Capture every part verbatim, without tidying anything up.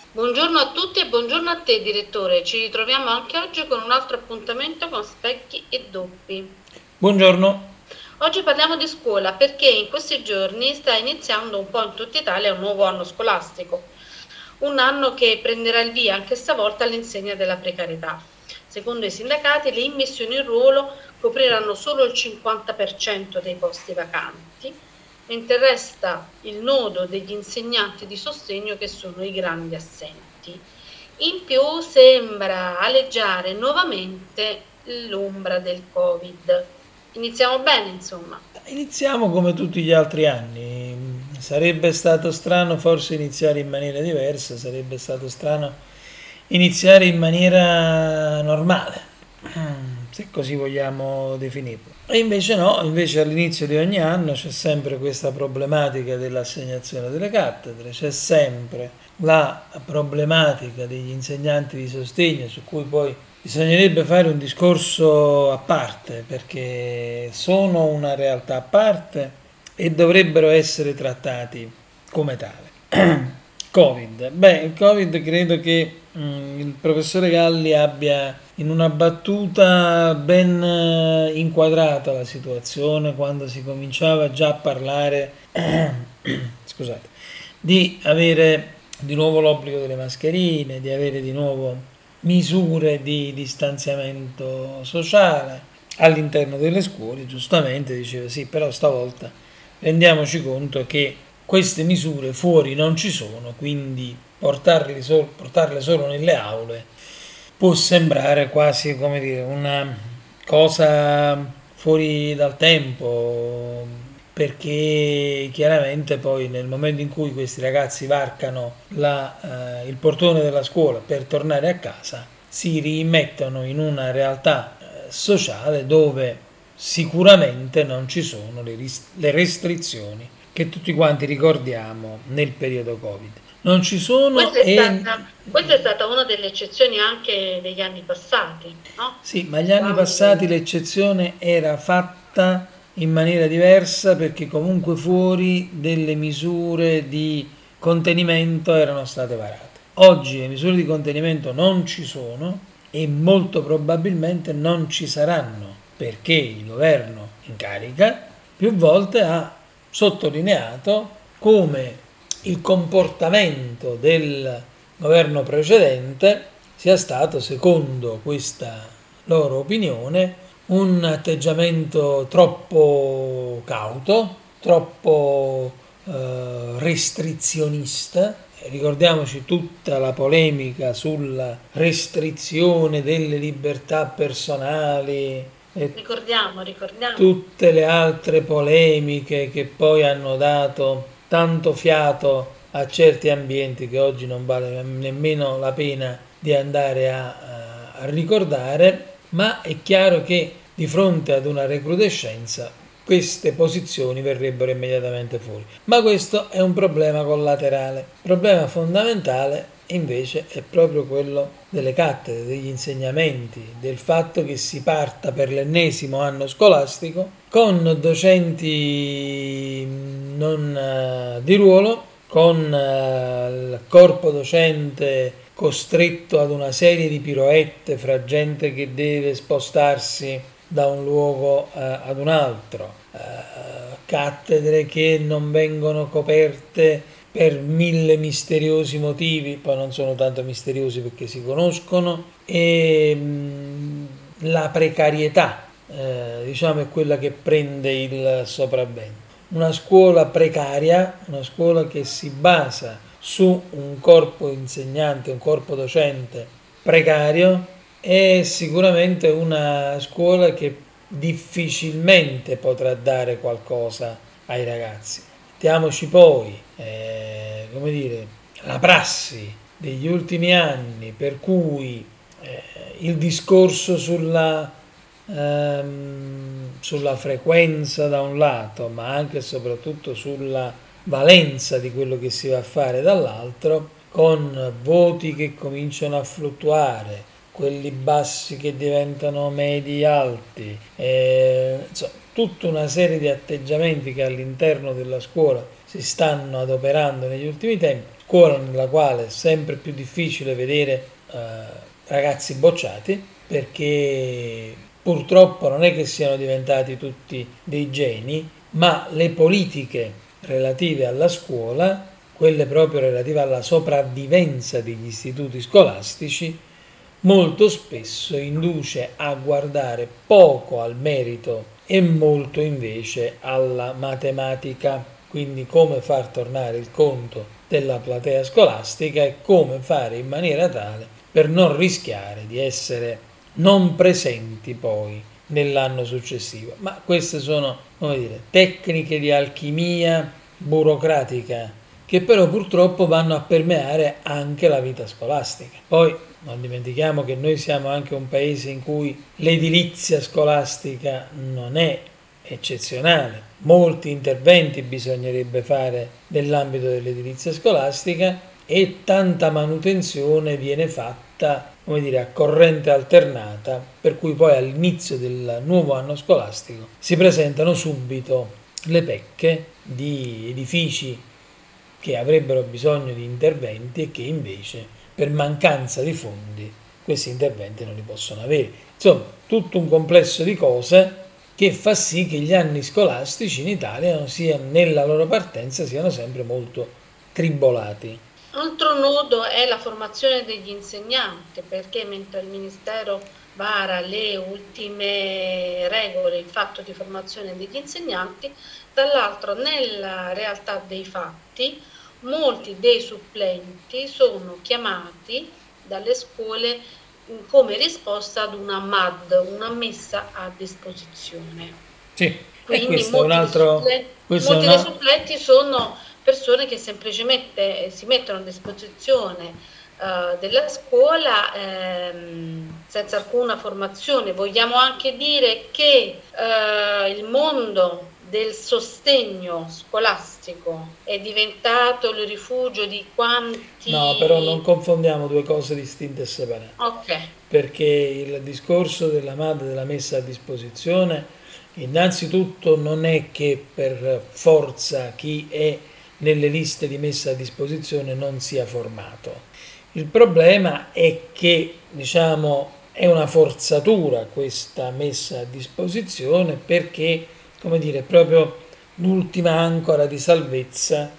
Buongiorno a tutti e buongiorno a te, direttore. Ci ritroviamo anche oggi con un altro appuntamento con Specchi e Doppi. Buongiorno. Oggi parliamo di scuola perché in questi giorni sta iniziando un po' in tutta Italia un nuovo anno scolastico, un anno che prenderà il via anche stavolta all'insegna della precarietà. Secondo i sindacati, le immissioni in ruolo copriranno solo il cinquanta per cento dei posti vacanti, mentre resta il nodo degli insegnanti di sostegno che sono i grandi assenti. In più sembra aleggiare nuovamente l'ombra del Covid. Iniziamo bene, insomma. Iniziamo come tutti gli altri anni. Sarebbe stato strano forse iniziare in maniera diversa, sarebbe stato strano iniziare in maniera normale, se così vogliamo definirlo. E invece no, invece all'inizio di ogni anno c'è sempre questa problematica dell'assegnazione delle cattedre, c'è sempre la problematica degli insegnanti di sostegno, su cui poi bisognerebbe fare un discorso a parte, perché sono una realtà a parte e dovrebbero essere trattati come tale. Covid. Beh, il Covid credo che mm, il professore Galli abbia in una battuta ben eh, inquadrata la situazione quando si cominciava già a parlare, scusate, di avere di nuovo l'obbligo delle mascherine, di avere di nuovo misure di distanziamento sociale all'interno delle scuole. Giustamente diceva sì, però stavolta rendiamoci conto che queste misure fuori non ci sono, quindi portarli sol- portarle solo nelle aule può sembrare quasi come dire una cosa fuori dal tempo, perché chiaramente poi nel momento in cui questi ragazzi varcano la, eh, il portone della scuola per tornare a casa si rimettono in una realtà eh, sociale dove sicuramente non ci sono le, ris- le restrizioni che tutti quanti ricordiamo nel periodo Covid. Non ci sono Questa è e stata, questa è stata una delle eccezioni anche degli anni passati, no? sì, ma gli anni passati Quando l'eccezione era fatta in maniera diversa perché comunque fuori delle misure di contenimento erano state varate. Oggi le misure di contenimento non ci sono e molto probabilmente non ci saranno perché il governo in carica più volte ha sottolineato come il comportamento del governo precedente sia stato, secondo questa loro opinione, un atteggiamento troppo cauto, troppo eh, restrizionista. Ricordiamoci tutta la polemica sulla restrizione delle libertà personali e ricordiamo, ricordiamo. tutte le altre polemiche che poi hanno dato tanto fiato a certi ambienti che oggi non vale nemmeno la pena di andare a, a ricordare, ma è chiaro che di fronte ad una recrudescenza queste posizioni verrebbero immediatamente fuori. Ma questo è un problema collaterale. Il problema fondamentale invece è proprio quello delle cattedre, degli insegnamenti, del fatto che si parta per l'ennesimo anno scolastico con docenti non eh, di ruolo, con eh, il corpo docente costretto ad una serie di piroette fra gente che deve spostarsi da un luogo eh, ad un altro, eh, cattedre che non vengono coperte per mille misteriosi motivi, poi non sono tanto misteriosi perché si conoscono, e mh, la precarietà, eh, diciamo, è quella che prende il sopravvento. Una scuola precaria, una scuola che si basa su un corpo insegnante, un corpo docente precario, è sicuramente una scuola che difficilmente potrà dare qualcosa ai ragazzi. Mettiamoci poi, eh, come dire, la prassi degli ultimi anni per cui eh, il discorso sulla, ehm, sulla frequenza da un lato, ma anche e soprattutto sulla valenza di quello che si va a fare dall'altro, con voti che cominciano a fluttuare, quelli bassi che diventano medi alti, eh, insomma, tutta una serie di atteggiamenti che all'interno della scuola si stanno adoperando negli ultimi tempi, scuola nella quale è sempre più difficile vedere eh, ragazzi bocciati, perché purtroppo non è che siano diventati tutti dei geni, ma le politiche relative alla scuola, quelle proprio relative alla sopravvivenza degli istituti scolastici, molto spesso induce a guardare poco al merito e molto invece alla matematica, quindi come far tornare il conto della platea scolastica e come fare in maniera tale per non rischiare di essere non presenti poi nell'anno successivo. Ma queste sono, come dire, tecniche di alchimia burocratica che però purtroppo vanno a permeare anche la vita scolastica. Poi non dimentichiamo che noi siamo anche un paese in cui l'edilizia scolastica non è eccezionale. Molti interventi bisognerebbe fare nell'ambito dell'edilizia scolastica e tanta manutenzione viene fatta, come dire, a corrente alternata, per cui poi all'inizio del nuovo anno scolastico si presentano subito le pecche di edifici che avrebbero bisogno di interventi e che invece per mancanza di fondi questi interventi non li possono avere. Insomma, tutto un complesso di cose che fa sì che gli anni scolastici in Italia sia, nella loro partenza siano sempre molto tribolati. Altro nodo è la formazione degli insegnanti, perché mentre il Ministero vara le ultime regole in fatto di formazione degli insegnanti, dall'altro nella realtà dei fatti molti dei supplenti sono chiamati dalle scuole come risposta ad una M A D, una messa a disposizione. Sì, quindi molti, molti, un altro, dei, supplenti, molti una... dei supplenti sono persone che semplicemente si mettono a disposizione uh, della scuola ehm, senza alcuna formazione. Vogliamo anche dire che uh, il mondo del sostegno scolastico è diventato il rifugio di quanti... No, però non confondiamo due cose distinte e separate. Ok. Perché il discorso della M A D, della messa a disposizione, innanzitutto non è che per forza chi è nelle liste di messa a disposizione non sia formato. Il problema è che, diciamo, è una forzatura questa messa a disposizione, perché, come dire, è proprio l'ultima ancora di salvezza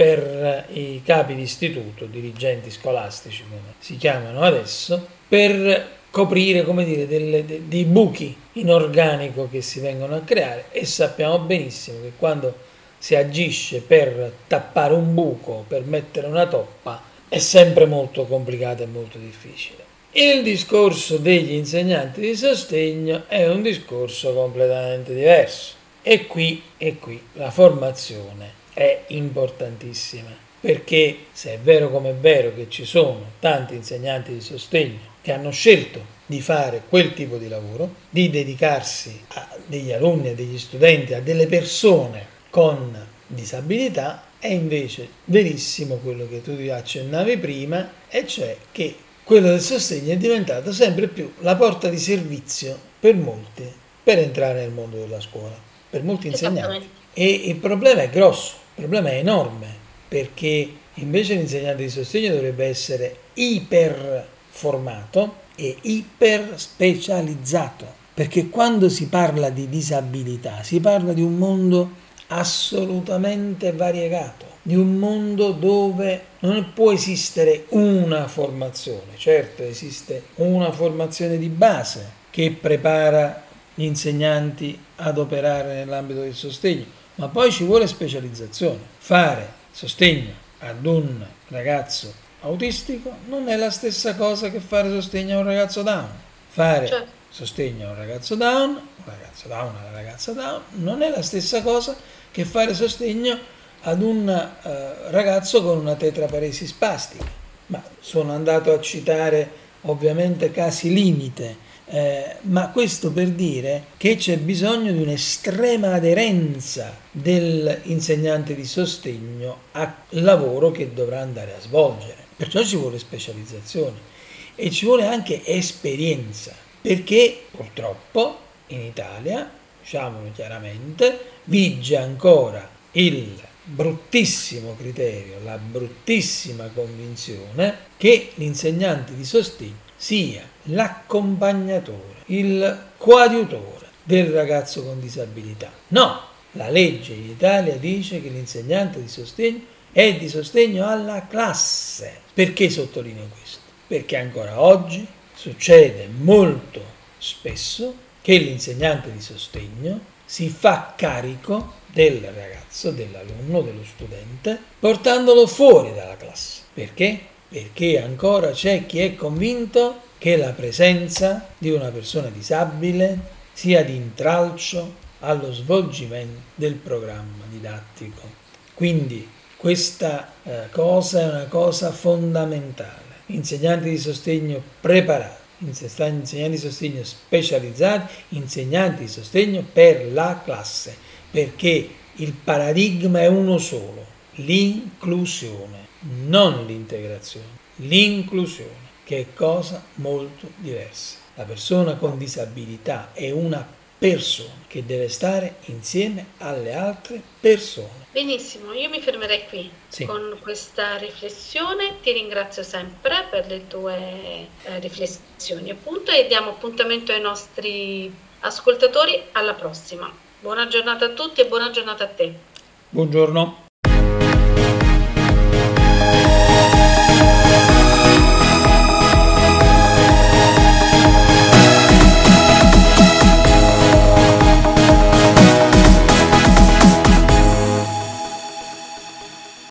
per i capi di istituto, dirigenti scolastici come si chiamano adesso, per coprire, come dire, delle, de, dei buchi in organico che si vengono a creare, e sappiamo benissimo che quando si agisce per tappare un buco, per mettere una toppa, è sempre molto complicato e molto difficile. Il discorso degli insegnanti di sostegno è un discorso completamente diverso, e qui, e qui la formazione è importantissima, perché se è vero come è vero che ci sono tanti insegnanti di sostegno che hanno scelto di fare quel tipo di lavoro, di dedicarsi a degli alunni, a degli studenti, a delle persone con disabilità, è invece verissimo quello che tu accennavi prima, e cioè che quello del sostegno è diventato sempre più la porta di servizio per molti per entrare nel mondo della scuola, per molti insegnanti. E il problema è grosso, il problema è enorme, perché invece l'insegnante di sostegno dovrebbe essere iper formato e iper specializzato, perché quando si parla di disabilità si parla di un mondo assolutamente variegato, di un mondo dove non può esistere una formazione. Certo, esiste una formazione di base che prepara gli insegnanti ad operare nell'ambito del sostegno, ma poi ci vuole specializzazione. Fare sostegno ad un ragazzo autistico non è la stessa cosa che fare sostegno a un ragazzo down. Fare certo. sostegno a un ragazzo down, un ragazzo down, una ragazza down, non è la stessa cosa che fare sostegno ad un uh, ragazzo con una tetraparesi spastica. Ma sono andato a citare ovviamente casi limite, eh, ma questo per dire che c'è bisogno di un'estrema aderenza dell'insegnante di sostegno al lavoro che dovrà andare a svolgere. Perciò ci vuole specializzazione e ci vuole anche esperienza, perché purtroppo in Italia, diciamolo chiaramente, vige ancora il bruttissimo criterio, la bruttissima convinzione che l'insegnante di sostegno sia l'accompagnatore, il coadiutore del ragazzo con disabilità. No, la legge in Italia dice che l'insegnante di sostegno è di sostegno alla classe. Perché sottolineo questo? Perché ancora oggi succede molto spesso che l'insegnante di sostegno si fa carico del ragazzo, dell'alunno, dello studente, portandolo fuori dalla classe. Perché? Perché ancora c'è chi è convinto che la presenza di una persona disabile sia di intralcio allo svolgimento del programma didattico. Quindi questa eh, cosa è una cosa fondamentale. Insegnanti di sostegno preparati, insegnanti di sostegno specializzati, insegnanti di sostegno per la classe, perché il paradigma è uno solo, l'inclusione, non l'integrazione, l'inclusione, che è cosa molto diversa. La persona con disabilità è una persona che deve stare insieme alle altre persone. Benissimo, io mi fermerei qui sì. Con questa riflessione. Ti ringrazio sempre per le tue eh, riflessioni, appunto, e diamo appuntamento ai nostri ascoltatori alla prossima. Buona giornata a tutti e buona giornata a te. Buongiorno.